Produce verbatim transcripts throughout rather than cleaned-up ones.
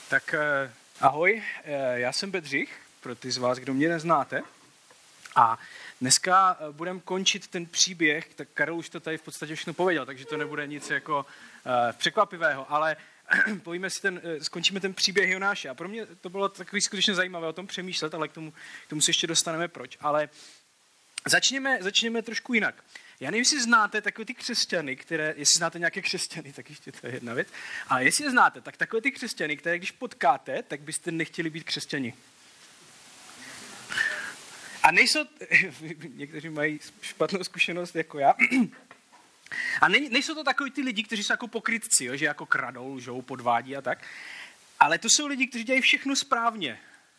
Tak eh, ahoj, eh, já jsem Bedřich, pro ty z vás, kdo mě neznáte. A dneska budeme končit ten příběh, tak Karel už to tady v podstatě všechno pověděl, takže to nebude nic jako eh, překvapivého, ale pojďme si ten, eh, skončíme ten příběh Jonáše. A pro mě to bylo takový skutečně zajímavé o tom přemýšlet, ale k tomu, k tomu se ještě dostaneme proč. Ale začněme, začněme trošku jinak. Já nevím, jestli znáte takové ty křesťany, které, jestli znáte nějaké křesťany, tak ještě to je jedna věc. A jestli je znáte, tak takové ty křesťany, které když potkáte, tak byste nechtěli být křesťani. A nejsou, někteří mají špatnou zkušenost jako já, a nejsou to takový ty lidi, kteří jsou jako pokrytci, jo, že jako kradou, lžou, podvádí a tak, ale to jsou lidi, kteří dělají všechno správně.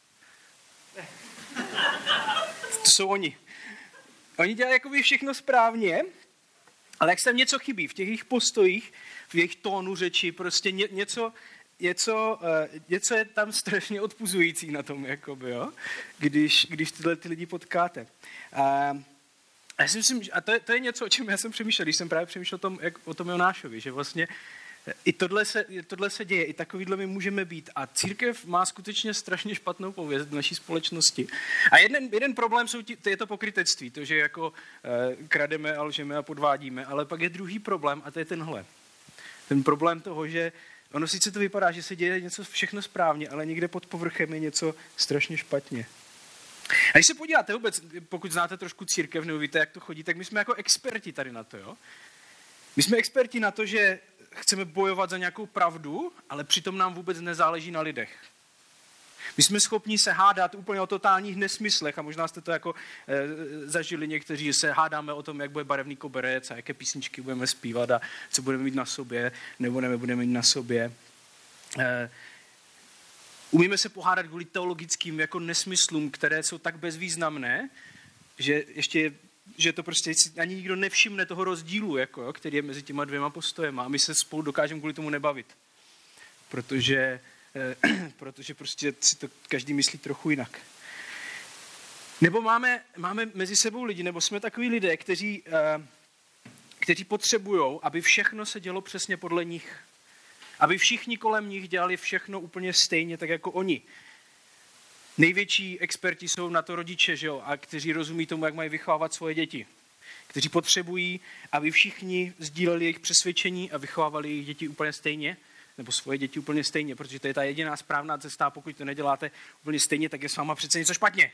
To jsou oni. Oni dělají jakoby všechno správně, ale jak se tam něco chybí v těch jejich postojích, v jejich tónu řeči, prostě ně, něco, něco, uh, něco je tam strašně odpuzující na tom, jakoby, jo? Když, když tyhle ty lidi potkáte. Uh, já si myslím, a to je, to je něco, o čem já jsem přemýšlel, když jsem právě přemýšlel o tom, jak, o tom Jonášovi, že vlastně i tohle se, tohle se děje, i takovýhle my můžeme být. A církev má skutečně strašně špatnou pověst v naší společnosti. A jeden, jeden problém jsou tí, to je to pokrytectví, to, že jako eh, krademe a lžeme a podvádíme, ale pak je druhý problém a to je tenhle. Ten problém toho, že ono sice to vypadá, že se děje něco všechno správně, ale někde pod povrchem je něco strašně špatně. A když se podíváte vůbec, pokud znáte trošku církev, nebo víte, jak to chodí, tak my jsme jako experti tady na to, jo? My jsme experti na to, že chceme bojovat za nějakou pravdu, ale přitom nám vůbec nezáleží na lidech. My jsme schopni se hádat úplně o totálních nesmyslech a možná jste to jako e, zažili někteří, že se hádáme o tom, jak bude barevný koberec a jaké písničky budeme zpívat a co budeme mít na sobě, nebo nebudeme mít na sobě. E, umíme se pohádat kvůli teologickým jako nesmyslům, které jsou tak bezvýznamné, že ještě že to prostě ani nikdo nevšimne toho rozdílu, jako, jo, který je mezi těma dvěma postojema a my se spolu dokážeme kvůli tomu nebavit. Protože, eh, protože prostě si to každý myslí trochu jinak. Nebo máme, máme mezi sebou lidi, nebo jsme takový lidé, kteří, eh, kteří potřebují, aby všechno se dělo přesně podle nich. Aby všichni kolem nich dělali všechno úplně stejně, tak jako oni. Největší experti jsou na to rodiče, že jo, a kteří rozumí tomu, jak mají vychovávat svoje děti. Kteří potřebují, aby všichni sdíleli jejich přesvědčení a vychovávali jejich děti úplně stejně, nebo svoje děti úplně stejně, protože to je ta jediná správná cesta, pokud to neděláte úplně stejně, tak je s váma přece něco špatně.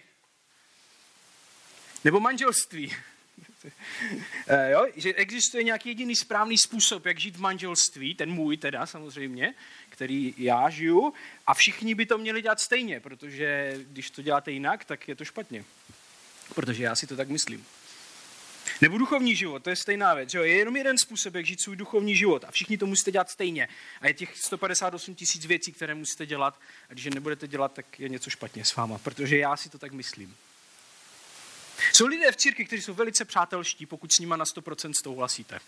Nebo manželství. jo, že existuje nějaký jediný správný způsob, jak žít v manželství, ten můj teda samozřejmě, který já žiju, a všichni by to měli dělat stejně, protože když to děláte jinak, tak je to špatně. Protože já si to tak myslím. Nebo duchovní život, to je stejná věc. Že jo? Je jenom jeden způsob, jak žít svůj duchovní život a všichni to musíte dělat stejně. A je těch sto padesát osm tisíc věcí, které musíte dělat, a když je nebudete dělat, tak je něco špatně s váma, protože já si to tak myslím. Jsou lidé v církvi, kteří jsou velice přátelští, pokud s nima na sto procent souhlasíte.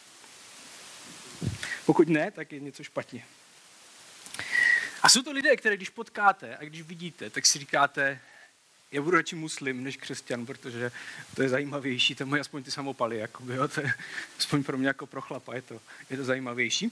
Pokud ne, tak je něco špatně. A jsou to lidé, které když potkáte a když vidíte, tak si říkáte, já budu radši muslim než křesťan, protože to je zajímavější, to mají aspoň ty samopaly, jakoby, jo, to je aspoň pro mě jako pro chlapa, je to, je to zajímavější.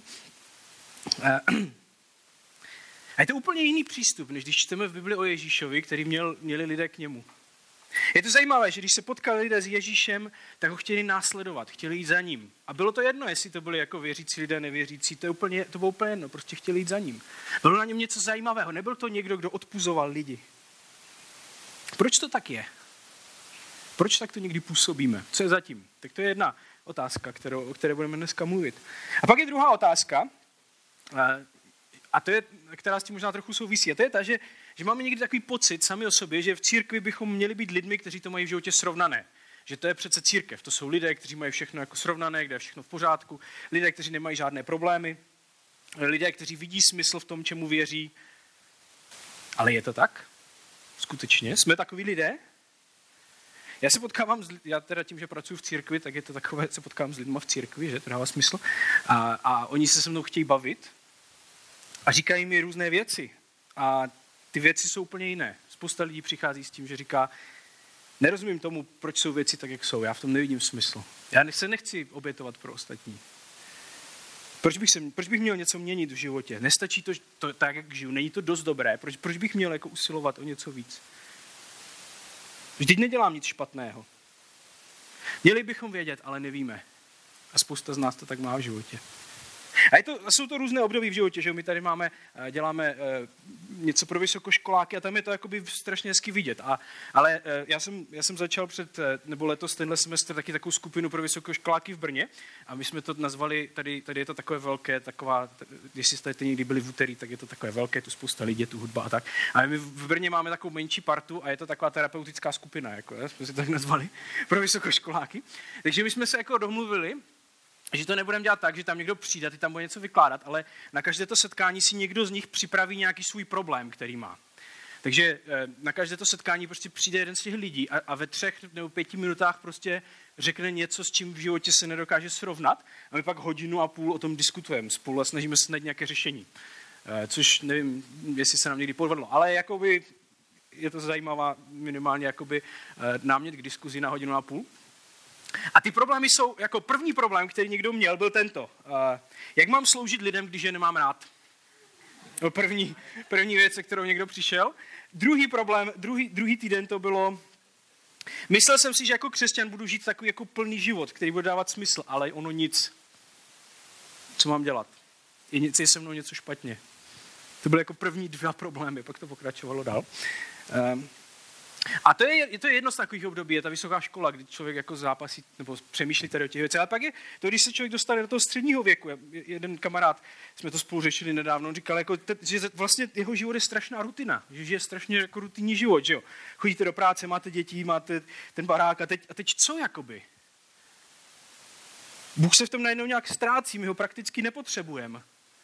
A je to úplně jiný přístup, než když čteme v Bibli o Ježíšovi, který měl, měli lidé k němu. Je to zajímavé, že když se potkali lidé s Ježíšem, tak ho chtěli následovat, chtěli jít za ním. A bylo to jedno, jestli to byli jako věřící lidé, nevěřící, to, je úplně, to bylo úplně jedno, prostě chtěli jít za ním. Bylo na něm něco zajímavého, nebyl to někdo, kdo odpuzoval lidi. Proč to tak je? Proč tak to někdy působíme? Co je zatím? Tak to je jedna otázka, kterou, o které budeme dneska mluvit. A pak je druhá otázka, a to je, která s tím možná trochu souvisí, a to je ta, že, že máme někdy takový pocit sami o sobě, že v církvi bychom měli být lidmi, kteří to mají v životě srovnané. Že to je přece církev. To jsou lidé, kteří mají všechno jako srovnané, kde je všechno v pořádku, lidé, kteří nemají žádné problémy, lidé, kteří vidí smysl v tom, čemu věří. Ale je to tak? Skutečně? Jsme takoví lidé? Já se potkávám, s, já teda tím, že pracuji v církvi, tak je to takové, se potkávám s lidmi v církvi, že to dává smysl. A, a oni se se mnou chtějí bavit a říkají mi různé věci. A ty věci jsou úplně jiné. Spousta lidí přichází s tím, že říká, nerozumím tomu, proč jsou věci tak, jak jsou. Já v tom nevidím smysl. Já se nechci obětovat pro ostatní. Proč bych, se, proč bych měl něco měnit v životě? Nestačí to, to tak, jak žiju, není to dost dobré. Proč, proč bych měl jako usilovat o něco víc? Vždyť nedělám nic špatného. Měli bychom vědět, ale nevíme. A spousta z nás to tak má v životě. A je to, jsou to různé období v životě, že my tady máme, děláme něco pro vysokoškoláky a tam je to jakoby strašně hezky vidět. A, ale já jsem, já jsem začal před, nebo letos tenhle semestr taky takovou skupinu pro vysokoškoláky v Brně a my jsme to nazvali, tady, tady je to takové velké, taková, jestli jste někdy byli v úterý, tak je to takové velké, tu spousta lidí, je tu hudba a tak. A my v Brně máme takovou menší partu a je to taková terapeutická skupina, jako, jsme si to tak nazvali, pro vysokoškoláky. Takže my jsme se jako domluvili, že to nebudeme dělat tak, že tam někdo přijde, ty tam bude něco vykládat, ale na každé to setkání si někdo z nich připraví nějaký svůj problém, který má. Takže na každé to setkání prostě přijde jeden z těch lidí a, a ve třech nebo pěti minutách prostě řekne něco, s čím v životě se nedokáže srovnat a my pak hodinu a půl o tom diskutujeme spolu a snažíme se najít nějaké řešení. Což nevím, jestli se nám někdy podvedlo, ale jakoby je to zajímavá minimálně jakoby námět k diskuzi na hodinu a půl. A ty problémy jsou, jako první problém, který někdo měl, byl tento. Uh, jak mám sloužit lidem, když je nemám rád? No, první, první věc, se kterou někdo přišel. Druhý problém, druhý, druhý týden to bylo, myslel jsem si, že jako křesťan budu žít takový jako plný život, který bude dávat smysl, ale ono nic. Co mám dělat? Je, něco, je se mnou něco špatně. To byly jako první dva problémy, pak to pokračovalo dál. Um, A to je, to je jedno z takových období, je ta vysoká škola, kdy člověk jako zápasí nebo přemýšlí tady o těch věcech. Ale pak je to, když se člověk dostane do toho středního věku. Jeden kamarád, jsme to spolu řešili nedávno, on říkal, jako, že vlastně jeho život je strašná rutina, že žije strašně jako rutinní život. Že jo? Chodíte do práce, máte děti, máte ten barák a teď, a teď co jakoby? Bůh se v tom najednou nějak ztrácí, my ho prakticky nepotřebujeme.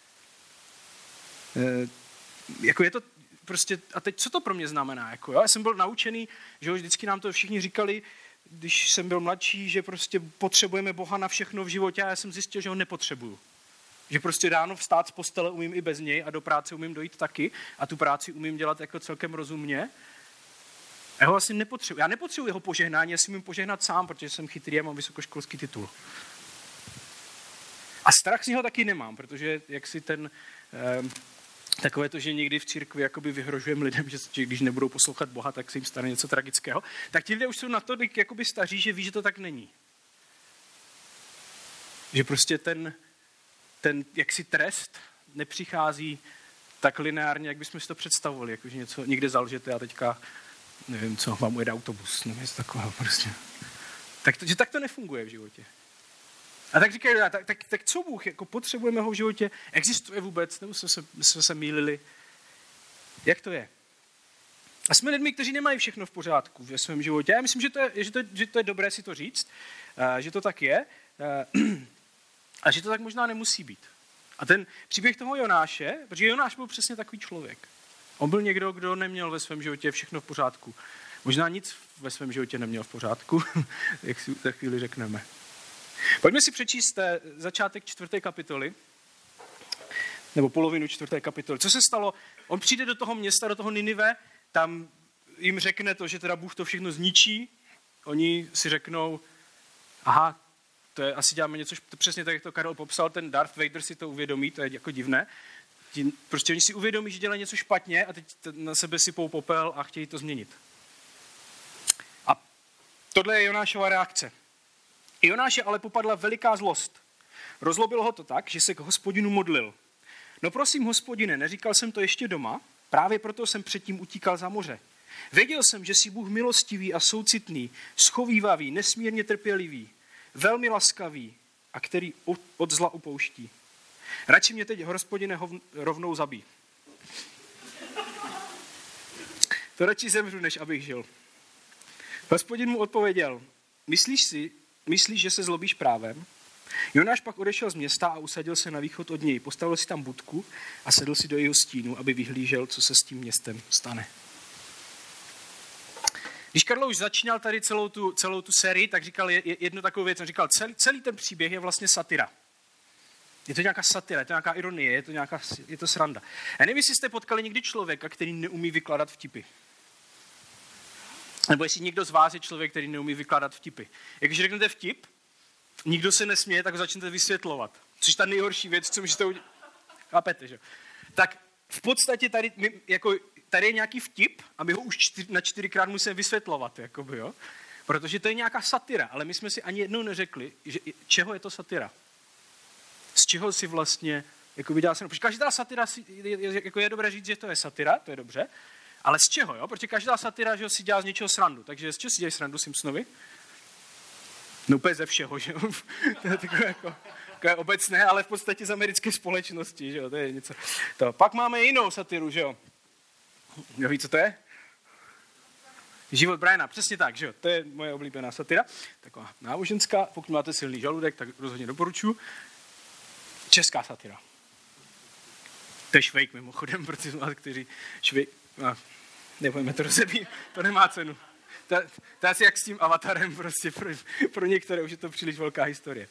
E, jako je to prostě, a teď co to pro mě znamená? Jako, já jsem byl naučený, že vždycky nám to všichni říkali, když jsem byl mladší, že prostě potřebujeme Boha na všechno v životě a já jsem zjistil, že ho nepotřebuju. Že prostě ráno vstát z postele umím i bez něj a do práce umím dojít taky a tu práci umím dělat jako celkem rozumně. Já ho vlastně nepotřebuji. Já nepotřebuji jeho požehnání, já si umím požehnat sám, protože jsem chytrý a mám vysokoškolský titul. A strach z něho taky nemám, protože jak si ten... Eh, Takové to, že někdy v církvi jakoby vyhrožujeme lidem, že, že když nebudou poslouchat Boha, tak se jim stane něco tragického, tak ti lidé už jsou natolik jakoby staří, že ví, že to tak není. Že prostě ten, ten jaksi trest nepřichází tak lineárně, jak bychom si to představovali, jakože něco někde zalžete a teďka, nevím co, vám ujede autobus, nevím, něco takového prostě. Tak to, že tak to nefunguje v životě. A tak říkají, tak, tak, tak co Bůh, jako potřebujeme ho v životě, existuje vůbec, nebo jsme se, jsme se mýlili? Jak to je? A jsme lidmi, kteří nemají všechno v pořádku ve svém životě. Já myslím, že to je, že to, že to je dobré si to říct, že to tak je a že to tak možná nemusí být. A ten příběh toho Jonáše, protože Jonáš byl přesně takový člověk. On byl někdo, kdo neměl ve svém životě všechno v pořádku. Možná nic ve svém životě neměl v pořádku, jak si za chvíli řekneme. Pojďme si přečíst začátek čtvrté kapitoly, nebo polovinu čtvrté kapitoly. Co se stalo? On přijde do toho města, do toho Ninive, tam jim řekne to, že teda Bůh to všechno zničí. Oni si řeknou, aha, to je, asi děláme něco, přesně tak, jak to Karel popsal, ten Darth Vader si to uvědomí, to je jako divné. Prostě oni si uvědomí, že dělají něco špatně a teď na sebe sypou popel a chtějí to změnit. A tohle je Jonášova reakce. Jonáše ale popadla veliká zlost. Rozlobilo ho to tak, že se k Hospodinu modlil. No prosím, Hospodine, neříkal jsem to ještě doma, právě proto jsem předtím utíkal za moře. Věděl jsem, že jsi Bůh milostivý a soucitný, schovívavý, nesmírně trpělivý, velmi laskavý a který od zla upouští. Radši mě teď, Hospodine, rovnou zabij. To radši zemřu, než abych žil. Hospodin mu odpověděl, myslíš si, myslíš, že se zlobíš právem? Jonáš pak odešel z města a usadil se na východ od něj. Postavil si tam budku a sedl si do jeho stínu, aby vyhlížel, co se s tím městem stane. Když Karlo už začínal tady celou tu, celou tu sérii, tak říkal jednu takovou věc. On říkal, celý, celý ten příběh je vlastně satira. Je to nějaká satira, je to nějaká ironie, je to, nějaká, je to sranda. Já nevím, jestli jste potkali někdy člověka, který neumí vykládat vtipy. Nebo jestli někdo z vás je člověk, který neumí vykládat vtipy. Jak když řeknete vtip, nikdo se nesměje, tak ho začnete vysvětlovat. Což je ta nejhorší věc, co můžete udělat. Chápete, že? Tak v podstatě tady, my, jako, tady je nějaký vtip a my ho už čtyř, na čtyřikrát musíme vysvětlovat, jakoby, jo? Protože to je nějaká satyra, ale my jsme si ani jednou neřekli, že, čeho je to satyra. Z čeho si vlastně jako dělá se, protože každá satyra si, je, je, jako je dobré říct, že to je satyra, to je dobře, ale z čeho, jo? Protože každá satyra, že si dělá z něčeho srandu. Takže z čeho si dělají srandu Simpsonovi? No úplně ze všeho, že jo? To je takové jako, takové obecné, ale v podstatě z americké společnosti, že jo? To je něco. To. Pak máme jinou satyru, že jo? Kdo ví, co to je? Život Briana, přesně tak, že jo? To je moje oblíbená satyra. Taková náboženská, pokud máte silný žaludek, tak rozhodně doporučuji. Česká satyra. To je Švejk mimochodem, protože jsme kteří Švejk... No, nebudeme to rozebít, to nemá cenu. To, to je asi jak s tím Avatarem, prostě pro, pro některé už je to příliš velká historie.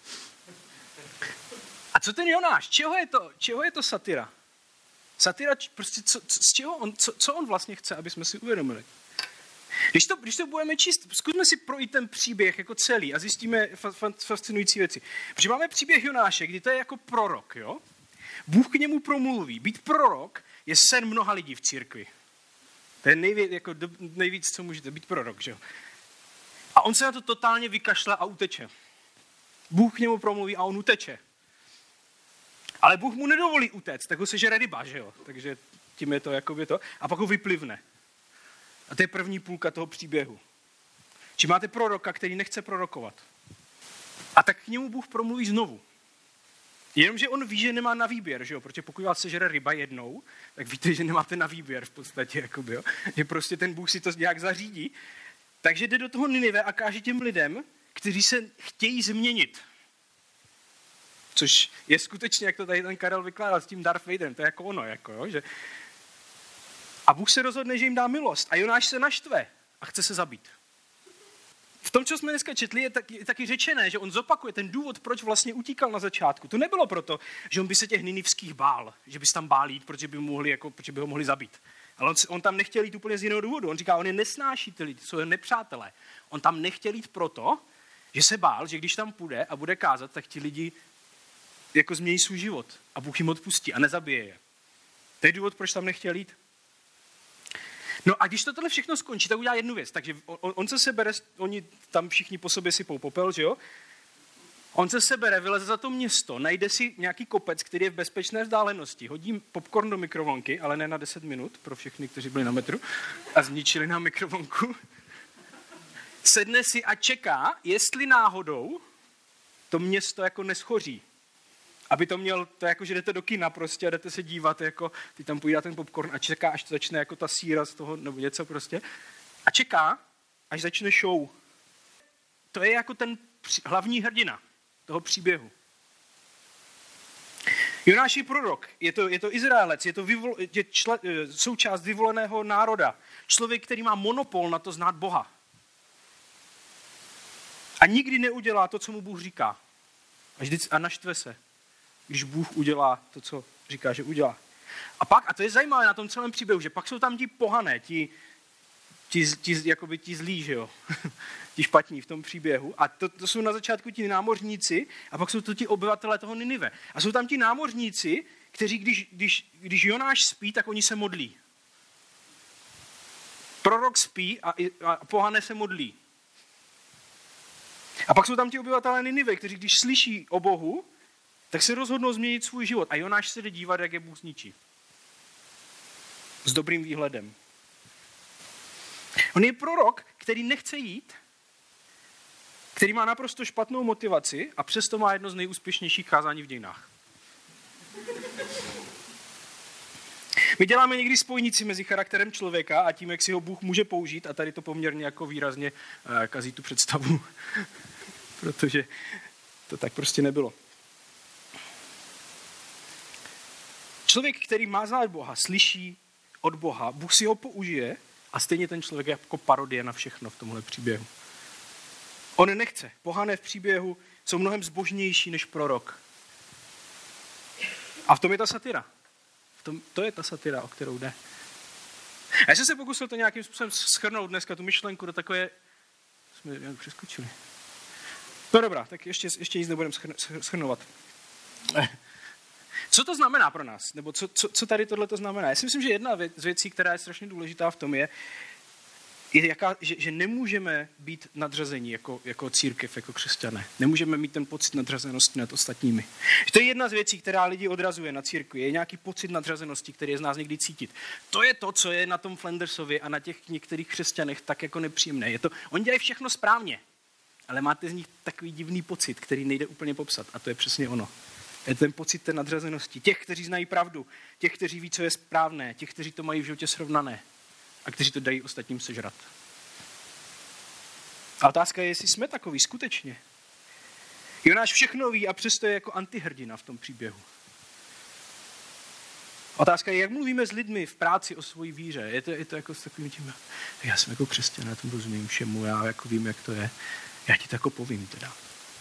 A co ten Jonáš? Čeho je to, čeho je to satyra? Satyra, prostě co, z čeho on, co, co on vlastně chce, aby jsme si uvědomili? Když to, když to budeme číst, zkusme si projít ten příběh jako celý a zjistíme fascinující věci. Protože máme příběh Jonáše, kdy to je jako prorok, jo? Bůh k němu promluví. Být prorok je sen mnoha lidí v církvi. To je nejvíc, jako nejvíc, co můžete, být prorok, že jo? A on se na to totálně vykašle a uteče. Bůh k němu promluví a on uteče. Ale Bůh mu nedovolí utéct, tak ho sežere ryba, že jo? Takže tím je to jakoby to. A pak ho vyplivne. A to je první půlka toho příběhu. Či máte proroka, který nechce prorokovat. A tak k němu Bůh promluví znovu. Jenomže on ví, že nemá na výběr, že jo? Protože pokud vás sežere ryba jednou, tak víte, že nemáte na výběr v podstatě, jakoby, jo? Že prostě ten Bůh si to nějak zařídí. Takže jde do toho Ninive a káže těm lidem, kteří se chtějí změnit. Což je skutečně, jak to tady ten Karel vykládal s tím Darth Vaderem, to je jako ono, jako, jo? Že... A Bůh se rozhodne, že jim dá milost. A Jonáš se naštve a chce se zabít. V tom, co jsme dneska četli, je taky, je taky řečené, že on zopakuje ten důvod, proč vlastně utíkal na začátku. To nebylo proto, že on by se těch ninivských bál, že by se tam bál jít, protože by, mohli, jako, protože by ho mohli zabít. Ale on, on tam nechtěl jít úplně z jiného důvodu. On říká, on je nesnáší ty lidi, jsou jeho nepřátelé. On tam nechtěl jít proto, že se bál, že když tam půjde a bude kázat, tak ti lidi jako změní svůj život a Bůh jim odpustí a nezabije je. To je důvod, proč tam nechtěl jít. No a když to tohle všechno skončí, tak udělá jednu věc. Takže on, on se sebere, oni tam všichni po sobě sypou popel, že jo? On se sebere, vyleze za to město, najde si nějaký kopec, který je v bezpečné vzdálenosti, hodí popcorn do mikrovlnky, ale ne na deset minut, pro všechny, kteří byli na metru, a zničili nám mikrovlnku. Sedne si a čeká, jestli náhodou to město jako neschoří. Aby to měl, to jako, že jdete do kina prostě a jdete se dívat, jako, ty tam pojídá ten popcorn a čeká, až to začne jako ta síra z toho, nebo něco prostě. A čeká, až začne show. To je jako ten hlavní hrdina toho příběhu. Jonáš je prorok, je to, je to Izraelec, je to vyvol, je čle, součást vyvoleného národa. Člověk, který má monopol na to znát Boha. A nikdy neudělá to, co mu Bůh říká. A, vždyť, a naštve se, když Bůh udělá to, co říká, že udělá. A pak, a to je zajímavé na tom celém příběhu, že pak jsou tam ti pohané, ti, ti, ti, jakoby ti zlí, že jo? Ti špatní v tom příběhu. A to, to jsou na začátku ti námořníci a pak jsou to ti obyvatelé toho Ninive. A jsou tam ti námořníci, kteří, když, když, když Jonáš spí, tak oni se modlí. Prorok spí a, a pohané se modlí. A pak jsou tam ti obyvatelé Ninive, kteří když slyší o Bohu, tak se rozhodnou změnit svůj život. A Jonáš se jde dívat, jak je Bůh zničí. S dobrým výhledem. On je prorok, který nechce jít, který má naprosto špatnou motivaci a přesto má jedno z nejúspěšnějších kázání v dějinách. My děláme někdy spojnici mezi charakterem člověka a tím, jak si ho Bůh může použít a tady to poměrně jako výrazně uh, kazí tu představu, protože to tak prostě nebylo. Člověk, který má znát Boha, slyší od Boha, Bůh si ho použije a stejně ten člověk je jako parodie na všechno v tomhle příběhu. On nechce. Pohané v příběhu jsou mnohem zbožnější než prorok. A v tom je ta satyra. V tom, to je ta satyra, o kterou jde. A já jsem se pokusil to nějakým způsobem shrnout dneska, tu myšlenku do takové... Jsme nějak přeskočili. No dobrá, tak ještě, ještě nic nebudeme shrnovat. Co to znamená pro nás? Nebo co, co, co tady tohle to znamená? Já si myslím, že jedna z věcí, která je strašně důležitá v tom, je, je jaká, že, že nemůžeme být nadřazení jako, jako církev, jako křesťané. Nemůžeme mít ten pocit nadřazenosti nad ostatními. To je jedna z věcí, která lidi odrazuje na církvi. Je nějaký pocit nadřazenosti, který je z nás někdy cítit. To je to, co je na tom Flandersovi a na těch některých křesťanech tak jako nepříjemné. Je to, oni dělají všechno správně, ale máte z nich takový divný pocit, který nejde úplně popsat. A to je přesně ono. Je ten pocit té nadřazenosti. Těch, kteří znají pravdu. Těch, kteří ví, co je správné. Těch, kteří to mají v životě srovnané. A kteří to dají ostatním sežrat. A otázka je, jestli jsme takový skutečně. Jonáš všechno ví a přesto je jako antihrdina v tom příběhu. Otázka je, jak mluvíme s lidmi v práci o svojí víře. Je to, je to jako s takovým tím, já jsem jako křesťan, já tomu rozumím všemu, já jako vím, jak to je. Já ti to jako povím teda.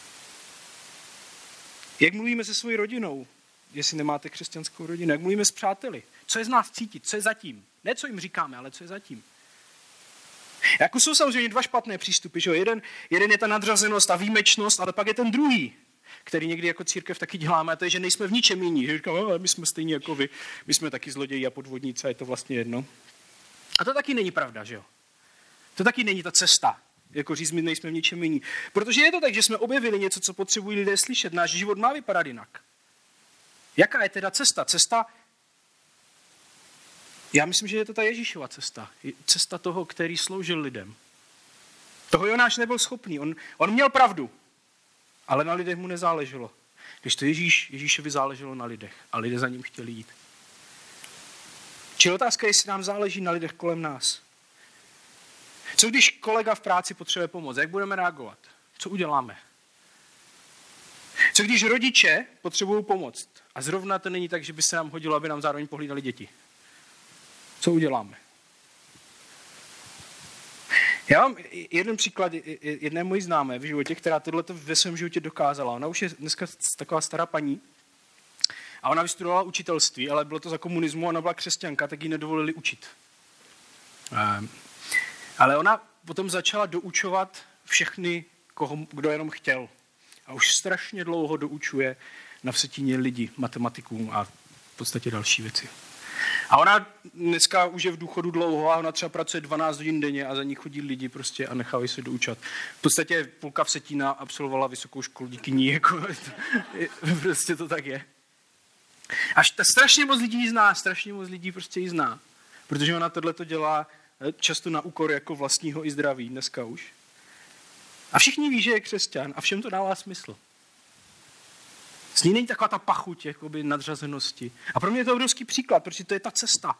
Jak mluvíme se svojí rodinou, jestli nemáte křesťanskou rodinu? Jak mluvíme s přáteli? Co je z nás cítit? Co je zatím? Ne, co jim říkáme, ale co je zatím? Jako jsou samozřejmě dva špatné přístupy. Že? Jeden, jeden je ta nadřazenost a výjimečnost, ale pak je ten druhý, který někdy jako církev taky děláme, a to je, že nejsme v ničem jiní. Že říkáme, ale my jsme stejní jako vy, my jsme taky zloději a podvodníci, a je to vlastně jedno. A to taky není pravda, že jo? To taky není ta cesta. Jako říct, my nejsme v ničem jiní. Protože je to tak, že jsme objevili něco, co potřebují lidé slyšet. Náš život má vypadat jinak. Jaká je teda cesta? Cesta, já myslím, že je to ta Ježíšova cesta. Cesta toho, který sloužil lidem. Toho Jonáš nebyl schopný. On, on měl pravdu, ale na lidech mu nezáleželo. Když to Ježíš, Ježíšovi záleželo na lidech a lidé za ním chtěli jít. Čili otázka je, jestli nám záleží na lidech kolem nás. Co když kolega v práci potřebuje pomoc? Jak budeme reagovat? Co uděláme? Co když rodiče potřebují pomoc? A zrovna to není tak, že by se nám hodilo, aby nám zároveň pohlídali děti. Co uděláme? Já mám jeden příklad jedné mojí známé v životě, která tohleto ve svém životě dokázala. Ona už je dneska taková stará paní a ona vystudovala učitelství, ale bylo to za komunismu, ona byla křesťanka, tak jí nedovolili učit. Ale ona potom začala doučovat všechny, koho, kdo jenom chtěl. A už strašně dlouho doučuje na Vsetíně lidi, matematikům a v podstatě další věci. A ona dneska už je v důchodu dlouho a ona třeba pracuje dvanáct hodin denně a za ní chodí lidi prostě a nechávají se doučat. V podstatě půlka Vsetína absolvovala vysokou školu díky ní, jako prostě to tak je. Až ta strašně moc lidí zná, strašně moc lidí prostě ji zná, protože ona tohleto dělá často na úkor jako vlastního i zdraví dneska už. A všichni ví, že je křesťan a všem to dává smysl. S ní není taková ta pachuť jakoby nadřazenosti. A pro mě je to obrovský příklad, protože to je ta cesta,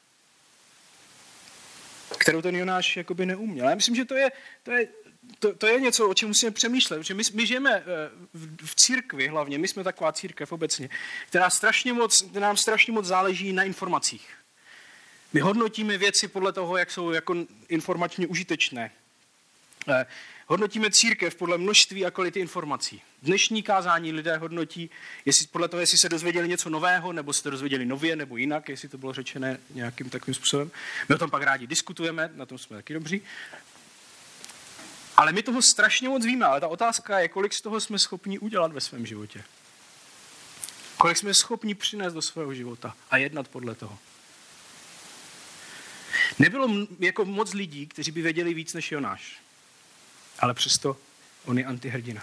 kterou ten Jonáš jakoby neuměl. Já myslím, že to je, to je, to, to je něco, o čem musíme přemýšlet. Protože my, my žijeme v, v církvi hlavně, my jsme taková církev obecně, která strašně moc, nám strašně moc záleží na informacích. My hodnotíme věci podle toho, jak jsou jako informačně užitečné. Eh, hodnotíme církev podle množství a kvality informací. Dnešní kázání lidé hodnotí jestli, podle toho, jestli se dozvěděli něco nového, nebo se to dozvěděli nově, nebo jinak, jestli to bylo řečené nějakým takovým způsobem. My o tom pak rádi diskutujeme, na tom jsme taky dobří. Ale my toho strašně moc víme, ale ta otázka je, kolik z toho jsme schopni udělat ve svém životě. Kolik jsme schopni přinést do svého života a jednat podle toho. Nebylo jako moc lidí, kteří by věděli víc než Jonáš. Ale přesto on je antihrdina.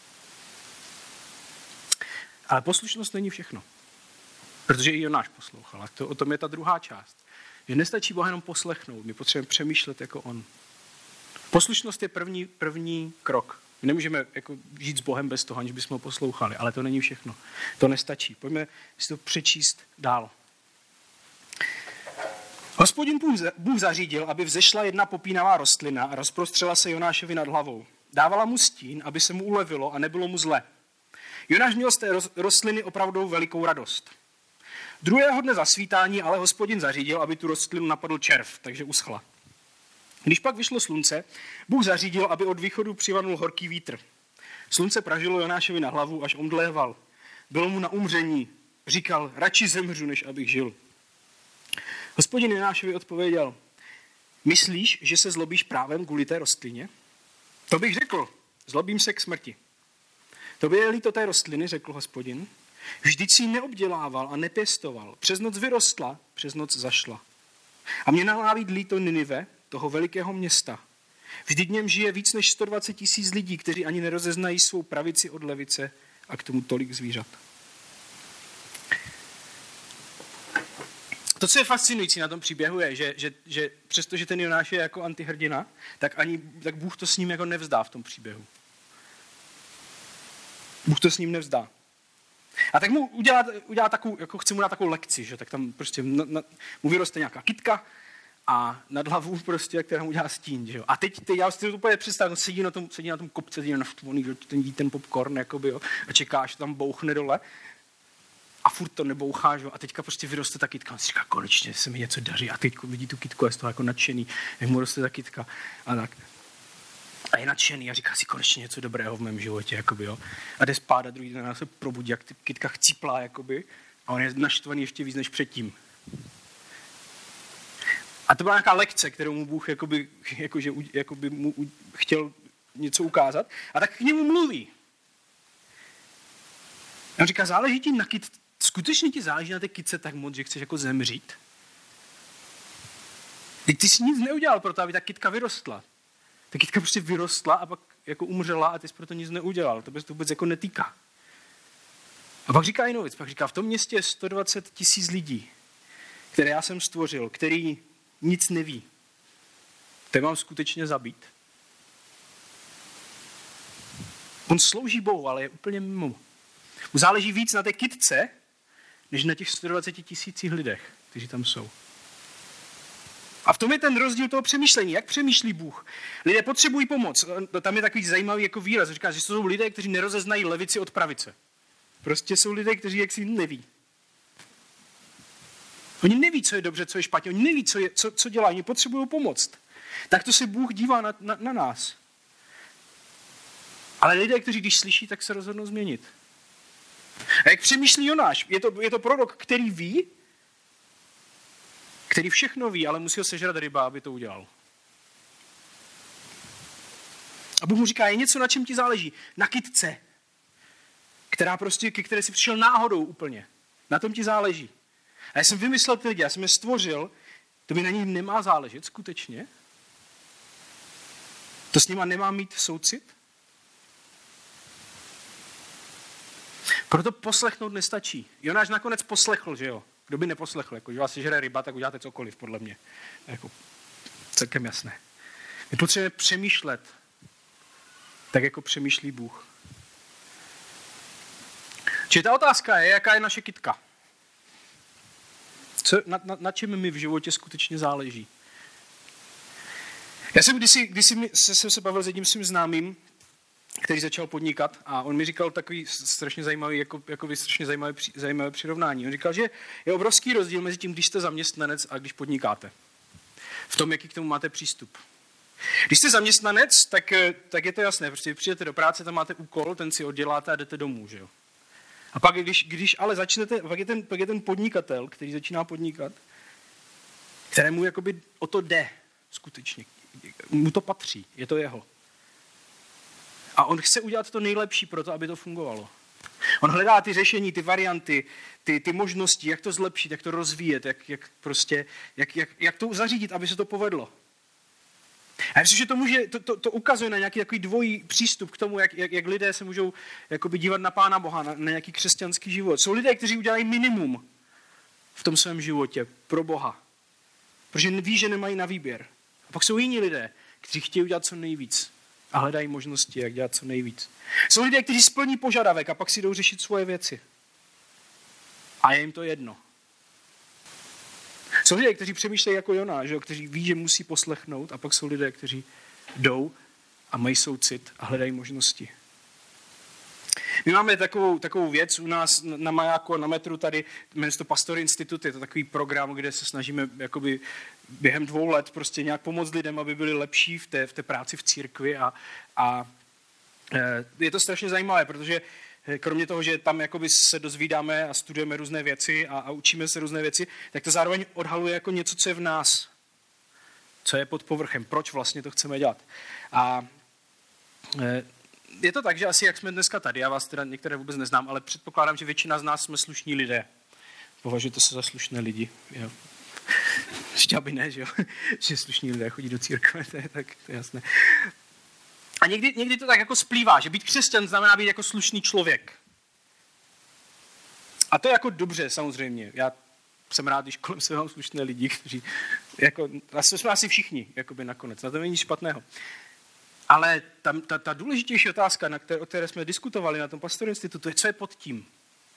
Ale poslušnost není všechno. Protože i Jonáš poslouchal. A to, o tom je ta druhá část. Že nestačí Boha jenom poslechnout. My potřebujeme přemýšlet jako on. Poslušnost je první, první krok. My nemůžeme jako žít s Bohem bez toho, aniž bychom ho poslouchali. Ale to není všechno. To nestačí. Pojďme si to přečíst dál. Hospodin Bůh zařídil, aby vzešla jedna popínavá rostlina a rozprostřela se Jonášovi nad hlavou. Dávala mu stín, aby se mu ulevilo a nebylo mu zle. Jonáš měl z té rostliny opravdu velikou radost. Druhého dne zasvítání ale Hospodin zařídil, aby tu rostlinu napadl červ, takže uschla. Když pak vyšlo slunce, Bůh zařídil, aby od východu přivanul horký vítr. Slunce pražilo Jonášovi na hlavu, až omdléval. Bylo mu na umření. Říkal, radši zemřu, než abych žil. Hospodin Jonášovi odpověděl, myslíš, že se zlobíš právem kvůli té rostlině? To bych řekl, zlobím se k smrti. Tobě je líto té rostliny, řekl Hospodin. Vždyť si ji neobdělával a nepěstoval. Přes noc vyrostla, přes noc zašla. A mě naláví líto Ninive, toho velikého města. Vždyť v něm žije víc než sto dvacet tisíc lidí, kteří ani nerozeznají svou pravici od levice a k tomu tolik zvířat. To, co je fascinující na tom příběhu, je, že, že, že přestože ten Jonáš je jako antihrdina, tak, ani, tak Bůh to s ním jako nevzdá v tom příběhu. Bůh to s ním nevzdá. A tak mu udělá, udělá takovou, jako chce mu dát takovou lekci, že tak tam prostě na, na, mu vyroste nějaká kytka a nad hlavu prostě, která mu udělá stín, že jo. A teď, teď já si to úplně představím, on sedí na tom, sedí na tom kopce, sedí naštvaný, ten jí ten popcorn, jakoby, jo, a čeká, že tam bouchne dole. A furt to nebouchá, že? A teďka prostě vyroste ta kytka. On si říká, konečně se mi něco daří. A teď vidí tu kytku a je z toho jako nadšený, jak mu roste ta kytka. A tak. A je nadšený a říká si, konečně něco dobrého v mém životě. Jakoby, jo. A jde spát a druhý den se probudí, jak kytka chcíplá. Jakoby, a on je naštvaný ještě víc než předtím. A to byla nějaká lekce, kterou mu Bůh jakoby, jakože, jakoby mu chtěl něco ukázat. A tak k němu mluví. A on říká, záleží ti na kytce. Skutečně ti záleží na té kytce tak moc, že chceš jako zemřít? Teď ty jsi nic neudělal pro to, aby ta kytka vyrostla. Ta kytka prostě vyrostla a pak jako umřela a ty jsi pro to nic neudělal. To se to vůbec jako netýká. A pak říká jinou věc. Pak říká, v tom městě je sto dvacet tisíc lidí, které já jsem stvořil, který nic neví. To mám skutečně zabít. On slouží Bohu, ale je úplně mimo. Mu záleží víc na té kytce, než na těch sto dvacet tisících lidech, kteří tam jsou. A v tom je ten rozdíl toho přemýšlení. Jak přemýšlí Bůh? Lidé potřebují pomoc. Tam je takový zajímavý jako výraz. Říká, že jsou lidé, kteří nerozeznají levici od pravice. Prostě jsou lidé, kteří jaksi neví. Oni neví, co je dobře, co je špatně. Oni neví, co, je, co, co dělají. Oni potřebují pomoct. Tak to se Bůh dívá na, na, na nás. Ale lidé, kteří když slyší, tak se rozhodnou změnit. A jak přemýšlí Jonáš? Je to, je to prorok, který ví, který všechno ví, ale musí ho sežrat ryba, aby to udělal. A Bůh mu říká, je něco, na čem ti záleží. Na kytce, která prostě, ke které jsi přišel náhodou úplně. Na tom ti záleží. A já jsem vymyslel ty lidi, já jsem je stvořil, to mi na nich nemá záležet skutečně. To s nima nemá mít soucit. Proto poslechnout nestačí. Jonáš nakonec poslechl, že jo? Kdo by neposlechl, jako, že vás sežere ryba, tak uděláte cokoliv, podle mě. Jako, celkem jasné. My potřebujeme přemýšlet, tak jako přemýšlí Bůh. Čili ta otázka je, jaká je naše kytka. Co, na, na, na čem mi v životě skutečně záleží. Já jsem kdysi, kdysi se, jsem se bavil s jedním svým známým, který začal podnikat a on mi říkal takový strašně zajímavý, jako, jako strašně zajímavé, zajímavé přirovnání. On říkal, že je obrovský rozdíl mezi tím, když jste zaměstnanec a když podnikáte. V tom, jaký k tomu máte přístup. Když jste zaměstnanec, tak, tak je to jasné, prostě přijdete do práce, tam máte úkol, ten si odděláte a jdete domů, že jo. A pak, když, když ale začnete, pak je, ten, pak je ten podnikatel, který začíná podnikat, kterému jakoby o to jde skutečně. Mu to patří, je to jeho. A on chce udělat to nejlepší pro to, aby to fungovalo. On hledá ty řešení, ty varianty, ty, ty možnosti, jak to zlepšit, jak to rozvíjet, jak, jak, prostě, jak, jak, jak to zařídit, aby se to povedlo. A já myslím, že to, může, to, to, to ukazuje na nějaký takový dvojí přístup k tomu, jak, jak, jak lidé se můžou jakoby dívat na Pána Boha, na, na nějaký křesťanský život. Jsou lidé, kteří udělají minimum v tom svém životě pro Boha, protože ví, že nemají na výběr. A pak jsou jiní lidé, kteří chtějí udělat co nejvíc a hledají možnosti, jak dělat co nejvíc. Jsou lidé, kteří splní požadavek a pak si jdou řešit svoje věci. A je jim to jedno. Jsou lidé, kteří přemýšlejí jako Jonáš, kteří ví, že musí poslechnout, a pak jsou lidé, kteří jdou a mají soucit a hledají možnosti. My máme takovou, takovou věc u nás na Majáku, na metru tady, jmenuje se to Pastor Institut, je to takový program, kde se snažíme jakoby během dvou let prostě nějak pomoct lidem, aby byli lepší v té, v té práci v církvi a, a je to strašně zajímavé, protože kromě toho, že tam jakoby se dozvídáme a studujeme různé věci a, a učíme se různé věci, tak to zároveň odhaluje jako něco, co je v nás, co je pod povrchem, proč vlastně to chceme dělat. A je to tak, že asi jak jsme dneska tady, já vás teda některé vůbec neznám, ale předpokládám, že většina z nás jsme slušní lidé. Považujete se za slušné lidi. Jo. Ještě aby ne, že jo? Že slušní lidé chodí do církve, to je, tak, to je jasné. A někdy, někdy to tak jako splývá, že být křesťan znamená být jako slušný člověk. A to je jako dobře, samozřejmě. Já jsem rád, když kolem sebe mám slušné lidi, kteří, jako, jsme asi všichni, jakoby nakonec, na to není nic špatného. Ale ta, ta, ta důležitější otázka, na které, o které jsme diskutovali na tom Pastor institutu, je, co je pod tím.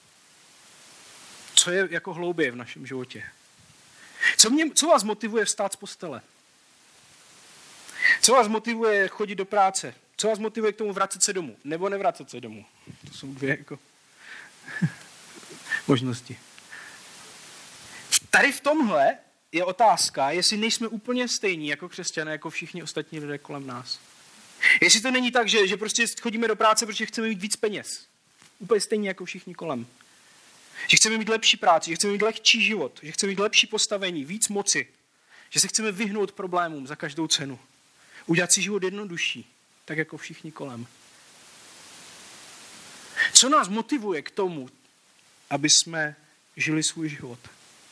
Co je jako hlouběji v našem životě. Co, mě, co vás motivuje vstát z postele? Co vás motivuje chodit do práce? Co vás motivuje k tomu vracet se domů? Nebo nevracet se domů? To jsou dvě jako možnosti. Tady v tomhle je otázka, jestli nejsme úplně stejní jako křesťané, jako všichni ostatní lidé kolem nás. Jestli to není tak, že, že prostě chodíme do práce, protože chceme mít víc peněz. Úplně stejně jako všichni kolem. Že chceme mít lepší práci, že chceme mít lehčí život, že chceme mít lepší postavení, víc moci. Že se chceme vyhnout problémům za každou cenu. Udělat si život jednodušší, tak jako všichni kolem. Co nás motivuje k tomu, aby jsme žili svůj život?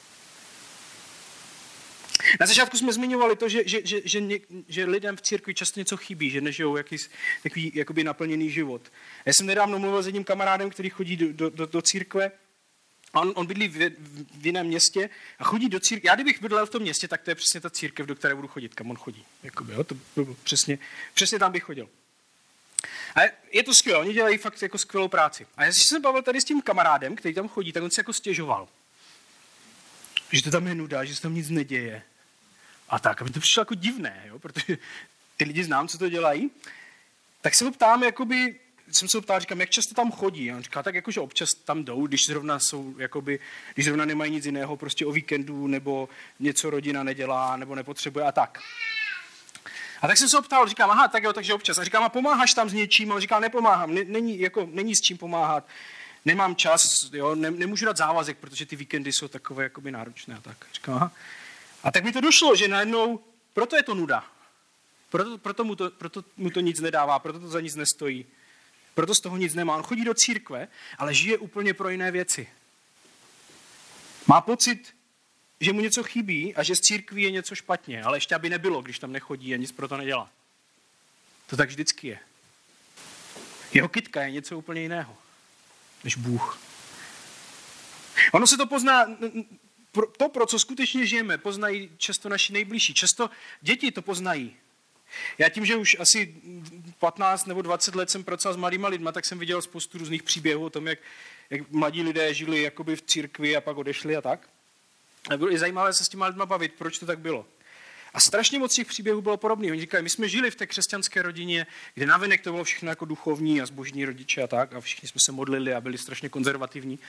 Na začátku jsme zmiňovali to, že, že, že, že, že lidem v církvi často něco chybí, že nežijou jaký, takový jakoby naplněný život. Já jsem nedávno mluvil s jedním kamarádem, který chodí do, do, do církve. On, on bydlí v, v jiném městě a chodí do církve. Já kdybych bydlel v tom městě, tak to je přesně ta církev, do které budu chodit, kam on chodí. Jakoby, jo? To bylo přesně, přesně tam bych chodil. A je to skvělé, oni dělají fakt jako skvělou práci. A já jsem bavil tady s tím kamarádem, který tam chodí, tak on se jako stěžoval. Že to tam je nuda, že se tam nic neděje. A tak, a mi to přišlo jako divné, jo? Protože ty lidi znám, co to dělají. Tak se ho ptám, jakoby, jsem se ho ptal, říkám, jak často tam chodí. A on říká, tak jakože občas tam jdou, když zrovna jsou, jakoby, když zrovna nemají nic jiného, prostě o víkendu, nebo něco rodina nedělá, nebo nepotřebuje a tak. A tak jsem se ho ptal, říkám, aha, tak jo, takže občas. A říkám, a pomáháš tam s něčím? A on říká, nepomáhám, není, jako, není s čím pomáhat, nemám čas, jo, ne, nemůžu dát závazek, protože ty víkendy jsou takové jakoby náročné a tak. Říkám, aha. A tak mi to došlo, že najednou, proto je to nuda. Proto, proto, mu to, proto mu to nic nedává, proto to za nic nestojí. Proto z toho nic nemá. On chodí do církve, ale žije úplně pro jiné věci. Má pocit, že mu něco chybí a že z církví je něco špatně, ale ještě aby nebylo, když tam nechodí a nic pro to nedělá. To tak vždycky je. Jeho kytka je něco úplně jiného, než Bůh. Ono se to pozná, to, pro co skutečně žijeme, poznají často naši nejbližší. Často děti to poznají. Já tím, že už asi patnáct nebo dvacet let jsem pracoval s mladýma lidma, tak jsem viděl spoustu různých příběhů o tom, jak, jak mladí lidé žili jakoby v církvi a pak odešli a tak. A bylo i zajímavé se s těma lidma bavit, proč to tak bylo. A strašně moc těch příběhů bylo podobných. Oni říkají, my jsme žili v té křesťanské rodině, kde navenek to bylo všechno jako duchovní a zbožní rodiče a tak, a všichni jsme se modlili a byli strašně konzervativní.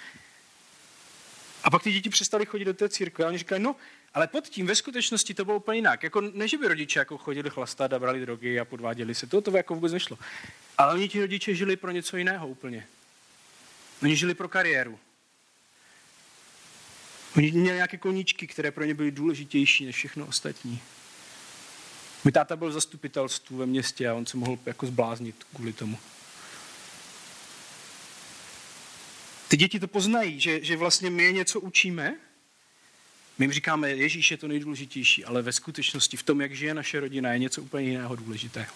A pak ty děti přestali chodit do té církve a oni říkají, no, ale pod tím ve skutečnosti to bylo úplně jinak. Jako, ne, že by rodiče jako chodili chlastat a brali drogy a podváděli se. To to jako vůbec nešlo. Ale oni ti rodiče žili pro něco jiného úplně. Oni žili pro kariéru. Oni měli nějaké koníčky, které pro ně byly důležitější než všechno ostatní. Můj táta byl v zastupitelstvu ve městě a on se mohl jako zbláznit kvůli tomu. Ty děti to poznají, že, že vlastně my je něco učíme. My jim říkáme, Ježíš je to nejdůležitější, ale ve skutečnosti v tom, jak žije naše rodina, je něco úplně jiného důležitého.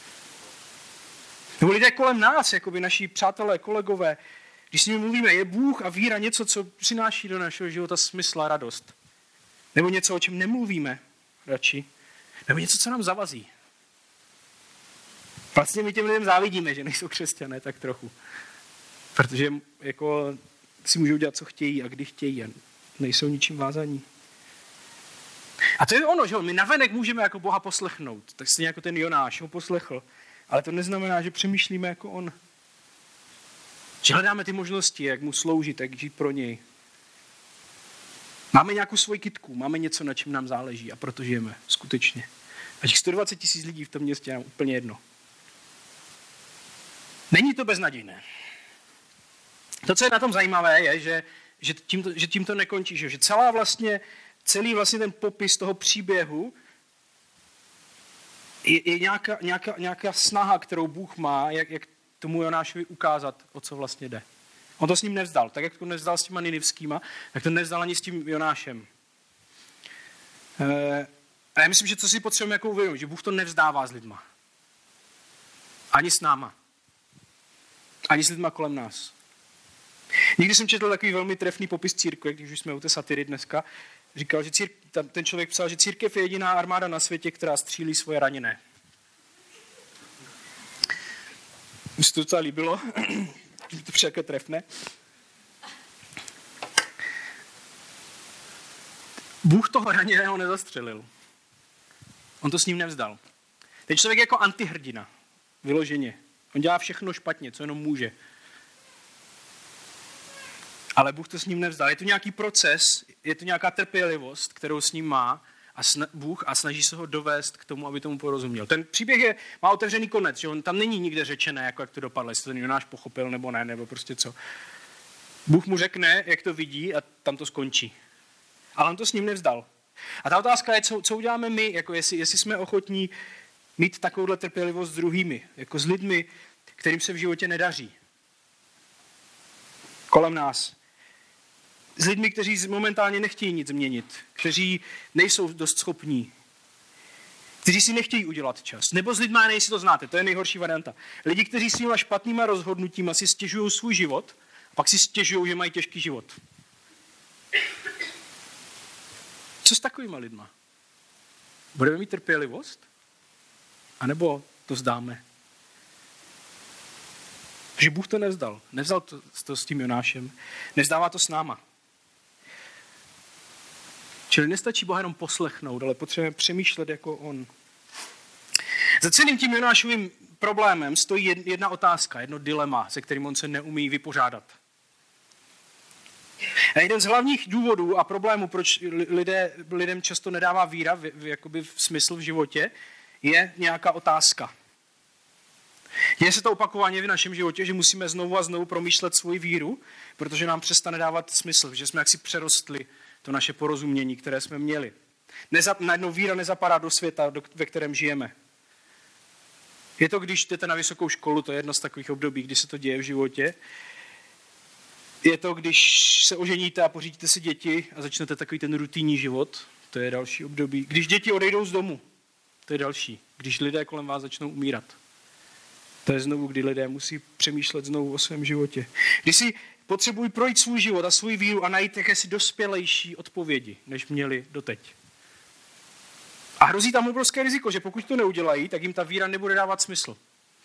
Nebo lidé kolem nás, jako by naši přátelé, kolegové, když s nimi mluvíme, je Bůh a víra něco, co přináší do našeho života smysl a radost. Nebo něco, o čem nemluvíme radši. Nebo něco, co nám zavazí. Vlastně my těm lidem závidíme, že nejsou křesťané tak trochu. Protože jako si můžou dělat, co chtějí a kdy chtějí a nejsou ničím vázaní. A to je ono, že my navenek můžeme jako Boha poslechnout. Tak stejně jako ten Jonáš ho poslechl. Ale to neznamená, že přemýšlíme jako on. Že hledáme ty možnosti, jak mu sloužit, jak žít pro něj. Máme nějakou svoji kytku, máme něco, na čem nám záleží a proto žijeme, skutečně. A těch sto dvacet tisíc lidí v tom městě je úplně jedno. Není to beznadějné. To, co je na tom zajímavé, je, že, že, tím, to, že tím to nekončí, že celá vlastně, celý vlastně ten popis toho příběhu je, je nějaká, nějaká, nějaká snaha, kterou Bůh má, jak, jak tomu Jonášovi ukázat, o co vlastně jde. On to s ním nevzdal. Tak, jak to nevzdal s těma ninivskýma, tak to nevzdal ani s tím Jonášem. E, a já myslím, že co si potřebujeme jako uvědomit, že Bůh to nevzdává s lidma. Ani s náma. Ani s lidma kolem nás. Někdy jsem četl takový velmi trefný popis církve, když už jsme u té satiry dneska. Říkal, že círk, ten člověk psal, že církev je jediná armáda na světě, která střílí svoje raněné. Mně se to docela líbilo. To však trefné. Bůh toho raněného nezastřelil. On to s ním nevzdal. Ten člověk je jako antihrdina. Vyloženě. On dělá všechno špatně, co jenom může. Ale Bůh to s ním nevzdal. Je to nějaký proces, je to nějaká trpělivost, kterou s ním má a sna- Bůh a snaží se ho dovést k tomu, aby tomu porozuměl. Ten příběh je, má otevřený konec, že on tam není nikde řečené, jako jak to dopadlo, jestli to ten Jonáš pochopil nebo ne, nebo prostě co. Bůh mu řekne, jak to vidí a tam to skončí. Ale on to s ním nevzdal. A ta otázka je, co, co uděláme my, jako jestli, jestli jsme ochotní mít takovouhle trpělivost s druhými, jako s lidmi, kterým se v životě nedaří. Kolem nás. S lidmi, kteří momentálně nechtějí nic změnit, kteří nejsou dost schopní, kteří si nechtějí udělat čas. Nebo s lidmi, nejsi to znáte, to je nejhorší varianta. Lidi, kteří svýma špatnýma rozhodnutíma si stěžují svůj život, a pak si stěžují, že mají těžký život. Co s takovýma lidma? Budeme mít trpělivost? A nebo to zdáme? Že Bůh to nevzdal. Nevzal to, to s tím Jonášem. Nevzdává to s náma. Čili nestačí Boha jenom poslechnout, ale potřebujeme přemýšlet jako on. Za celým tím Jonášovým problémem stojí jedna otázka, jedno dilema, se kterým on se neumí vypořádat. A jeden z hlavních důvodů a problémů, proč lidé, lidem často nedává víra v, v, jakoby v smysl v životě, je nějaká otázka. Je se to opakovaně v našem životě, že musíme znovu a znovu promýšlet svoji víru, protože nám přestane dávat smysl, že jsme jaksi přerostli to naše porozumění, které jsme měli. Neza, najednou víra nezapadá do světa, do, ve kterém žijeme. Je to, když jdete na vysokou školu, to je jedno z takových období, kdy se to děje v životě. Je to, když se oženíte a pořídíte si děti a začnete takový ten rutinní život, to je další období. Když děti odejdou z domu, to je další. Když lidé kolem vás začnou umírat. To je znovu, kdy lidé musí přemýšlet znovu o svém životě. Když si potřebují projít svůj život a svou víru a najít jakési dospělejší odpovědi, než měli doteď. A hrozí tam obrovské riziko, že pokud to neudělají, tak jim ta víra nebude dávat smysl.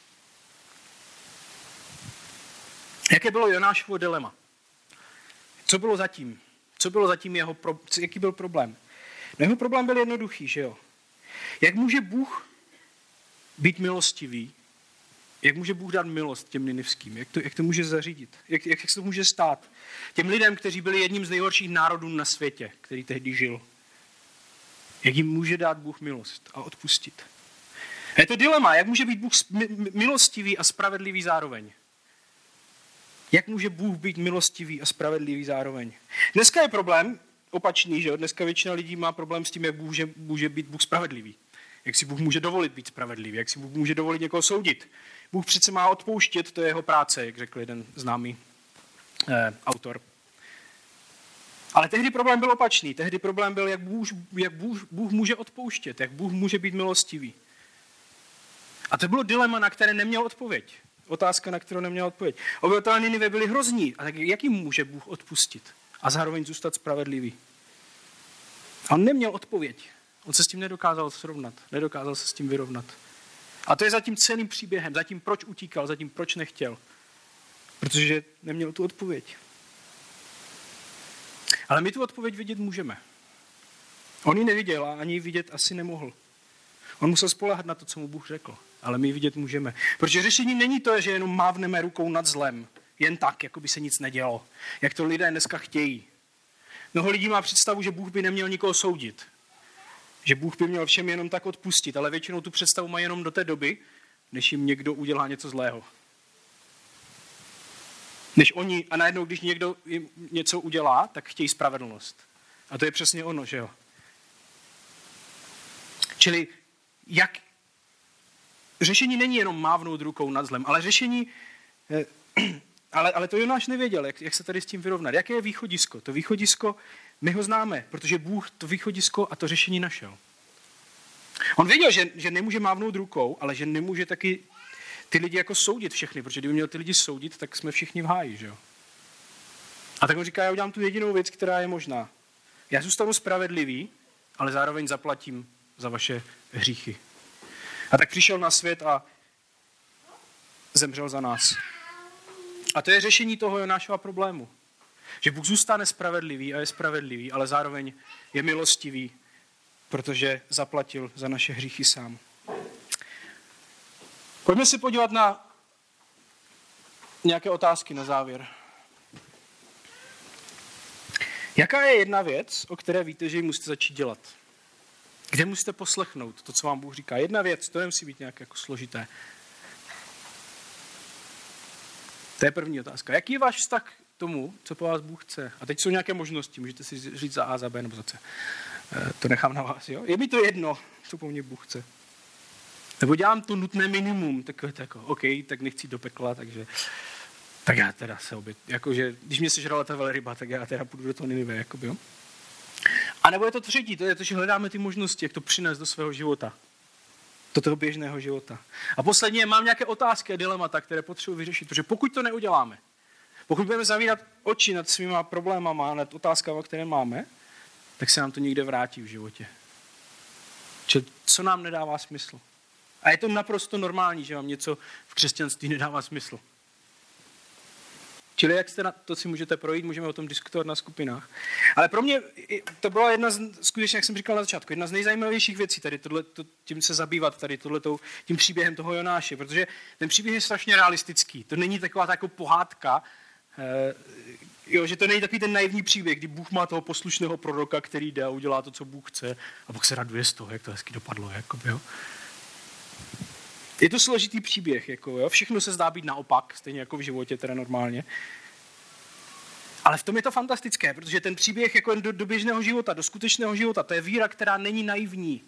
Jaké bylo Jonášovo dilema? Co bylo zatím? Co bylo zatím jeho, pro... jaký byl problém? No jeho problém byl jednoduchý, že jo? Jak může Bůh být milostivý? Jak může Bůh dát milost těm ninivským? Jak to, jak to může zařídit? Jak, jak se to může stát? Těm lidem, kteří byli jedním z nejhorších národů na světě, který tehdy žil. Jak jim může dát Bůh milost a odpustit? A je to dilema, jak může být Bůh milostivý a spravedlivý zároveň? Jak může Bůh být milostivý a spravedlivý zároveň? Dneska je problém opačný, že jo? Dneska většina lidí má problém s tím, jak může, může být Bůh spravedlivý. Jak si Bůh může dovolit být spravedlivý, jak si Bůh může dovolit někoho soudit. Bůh přece má odpouštět, to je jeho práce, jak řekl jeden známý eh, autor. Ale tehdy problém byl opačný. Tehdy problém byl, jak, Bůh, jak Bůh, Bůh může odpouštět, jak Bůh může být milostivý. A to bylo dilema, na které neměl odpověď. Otázka, na kterou neměl odpověď. Obyvatelé Ninive byli hrozní. A tak jak jim může Bůh odpustit a zároveň zůstat spravedlivý? A on neměl odpověď. On se s tím nedokázal srovnat, nedokázal se s tím vyrovnat. A to je za tím celým příběhem, za tím proč utíkal, za tím proč nechtěl. Protože neměl tu odpověď. Ale my tu odpověď vidět můžeme. On ji neviděl a ani ji vidět asi nemohl. On musel spoléhat na to, co mu Bůh řekl. Ale my ji vidět můžeme. Protože řešení není to, že jenom mávneme rukou nad zlem. Jen tak, jako by se nic nedělo. Jak to lidé dneska chtějí. Mnoho lidí má představu, že Bůh by neměl nikoho soudit. Že Bůh by měl všem jenom tak odpustit, ale většinou tu představu má jenom do té doby, než jim někdo udělá něco zlého. Než oni, a najednou, když někdo jim něco udělá, tak chtějí spravedlnost. A to je přesně ono, že jo? Čili jak řešení není jenom mávnout rukou nad zlem, ale řešení, ale, ale to Jonáš nevěděl, jak, jak se tady s tím vyrovnat. Jaké je východisko? To východisko, my ho známe, protože Bůh to východisko a to řešení našel. On věděl, že, že nemůže mávnout rukou, ale že nemůže taky ty lidi jako soudit všechny, protože kdyby měl ty lidi soudit, tak jsme všichni v háji, že jo? A tak on říká, já udělám tu jedinou věc, která je možná. Já zůstanu spravedlivý, ale zároveň zaplatím za vaše hříchy. A tak přišel na svět a zemřel za nás. A to je řešení toho Jonášova problému. Že Bůh zůstane spravedlivý a je spravedlivý, ale zároveň je milostivý, protože zaplatil za naše hříchy sám. Pojďme se podívat na nějaké otázky na závěr. Jaká je jedna věc, o které víte, že ji musíte začít dělat? Kde musíte poslechnout to, co vám Bůh říká? Jedna věc, to nemusí být nějak jako složité. To je první otázka. Jaký je váš vztah k tomu, co po vás Bůh chce? A teď jsou nějaké možnosti, můžete si říct za A, za B nebo za C. To nechám na vás, jo? Je mi to jedno, co po mně Bůh chce. Nebo dělám to nutné minimum, takové jako, OK, tak nechci do pekla, takže tak já teda se obět, jakože, když mě sežrala ta velryba, tak já teda půjdu do toho Ninive, jakoby, jo? A nebo je to třetí, to je to, že hledáme ty možnosti, jak to přinést do svého života. Do toho běžného života. A posledně mám nějaké otázky a dilemata, které potřebuji vyřešit, protože pokud to neuděláme, pokud budeme zavírat oči nad svýma problémama, nad otázkama, které máme, tak se nám to někde vrátí v životě. Čili co nám nedává smysl. A je to naprosto normální, že vám něco v křesťanství nedává smysl. Čili jak jste na to si můžete projít, můžeme o tom diskutovat na skupinách. Ale pro mě to byla jedna z, skutečně, jak jsem říkal na začátku, jedna z nejzajímavějších věcí tady, tohle, to, tím se zabývat tady tohletou, tím příběhem toho Jonáše, protože ten příběh je strašně realistický. To není taková ta jako pohádka, eh, jo, že to není takový ten naivní příběh, kdy Bůh má toho poslušného proroka, který jde a udělá to, co Bůh chce, a pak se raduje z toho, jak to hezky dopadlo. Jako, jo. Je to složitý příběh, jako, jo? Všechno se zdá být naopak, stejně jako v životě, teda normálně. Ale v tom je to fantastické, protože ten příběh jako do, do běžného života, do skutečného života, to je víra, která není naivní.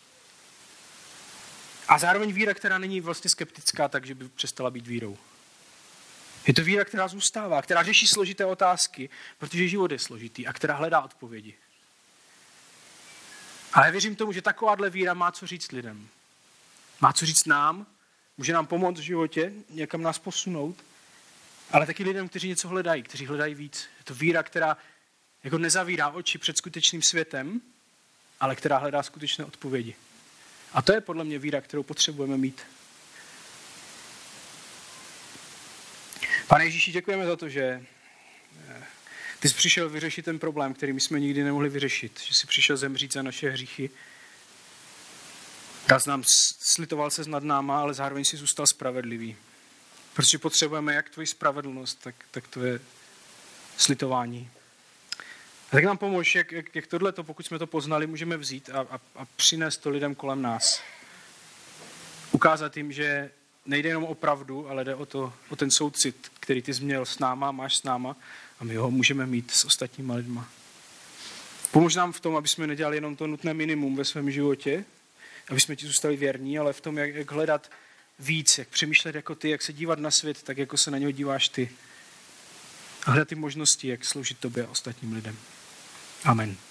A zároveň víra, která není vlastně skeptická, takže by přestala být vírou. Je to víra, která zůstává, která řeší složité otázky, protože život je složitý a která hledá odpovědi. Ale věřím tomu, že takováhle víra má co říct lidem. Má co říct nám, může nám pomoct v životě, někam nás posunout, ale taky lidem, kteří něco hledají, kteří hledají víc. Je to víra, která jako nezavírá oči před skutečným světem, ale která hledá skutečné odpovědi. A to je podle mě víra, kterou potřebujeme mít. Pane Ježíši, děkujeme za to, že ty jsi přišel vyřešit ten problém, který my jsme nikdy nemohli vyřešit. Že jsi přišel zemřít za naše hříchy. Dal nám, slitoval ses nad náma, ale zároveň si zůstal spravedlivý. Protože potřebujeme jak tvoji spravedlnost, tak, tak tvoje slitování. A tak nám pomož, jak, jak, jak tohleto, pokud jsme to poznali, můžeme vzít a, a, a přinést to lidem kolem nás. Ukázat jim, že nejde jenom o pravdu, ale jde o, to, o ten soucit, který ty jsi měl s náma, máš s náma a my ho můžeme mít s ostatníma lidma. Pomož nám v tom, aby jsme nedělali jenom to nutné minimum ve svém životě, aby jsme ti zůstali věrní, ale v tom, jak, jak hledat víc, jak přemýšlet jako ty, jak se dívat na svět, tak jako se na něho díváš ty. A hledat ty možnosti, jak sloužit tobě a ostatním lidem. Amen.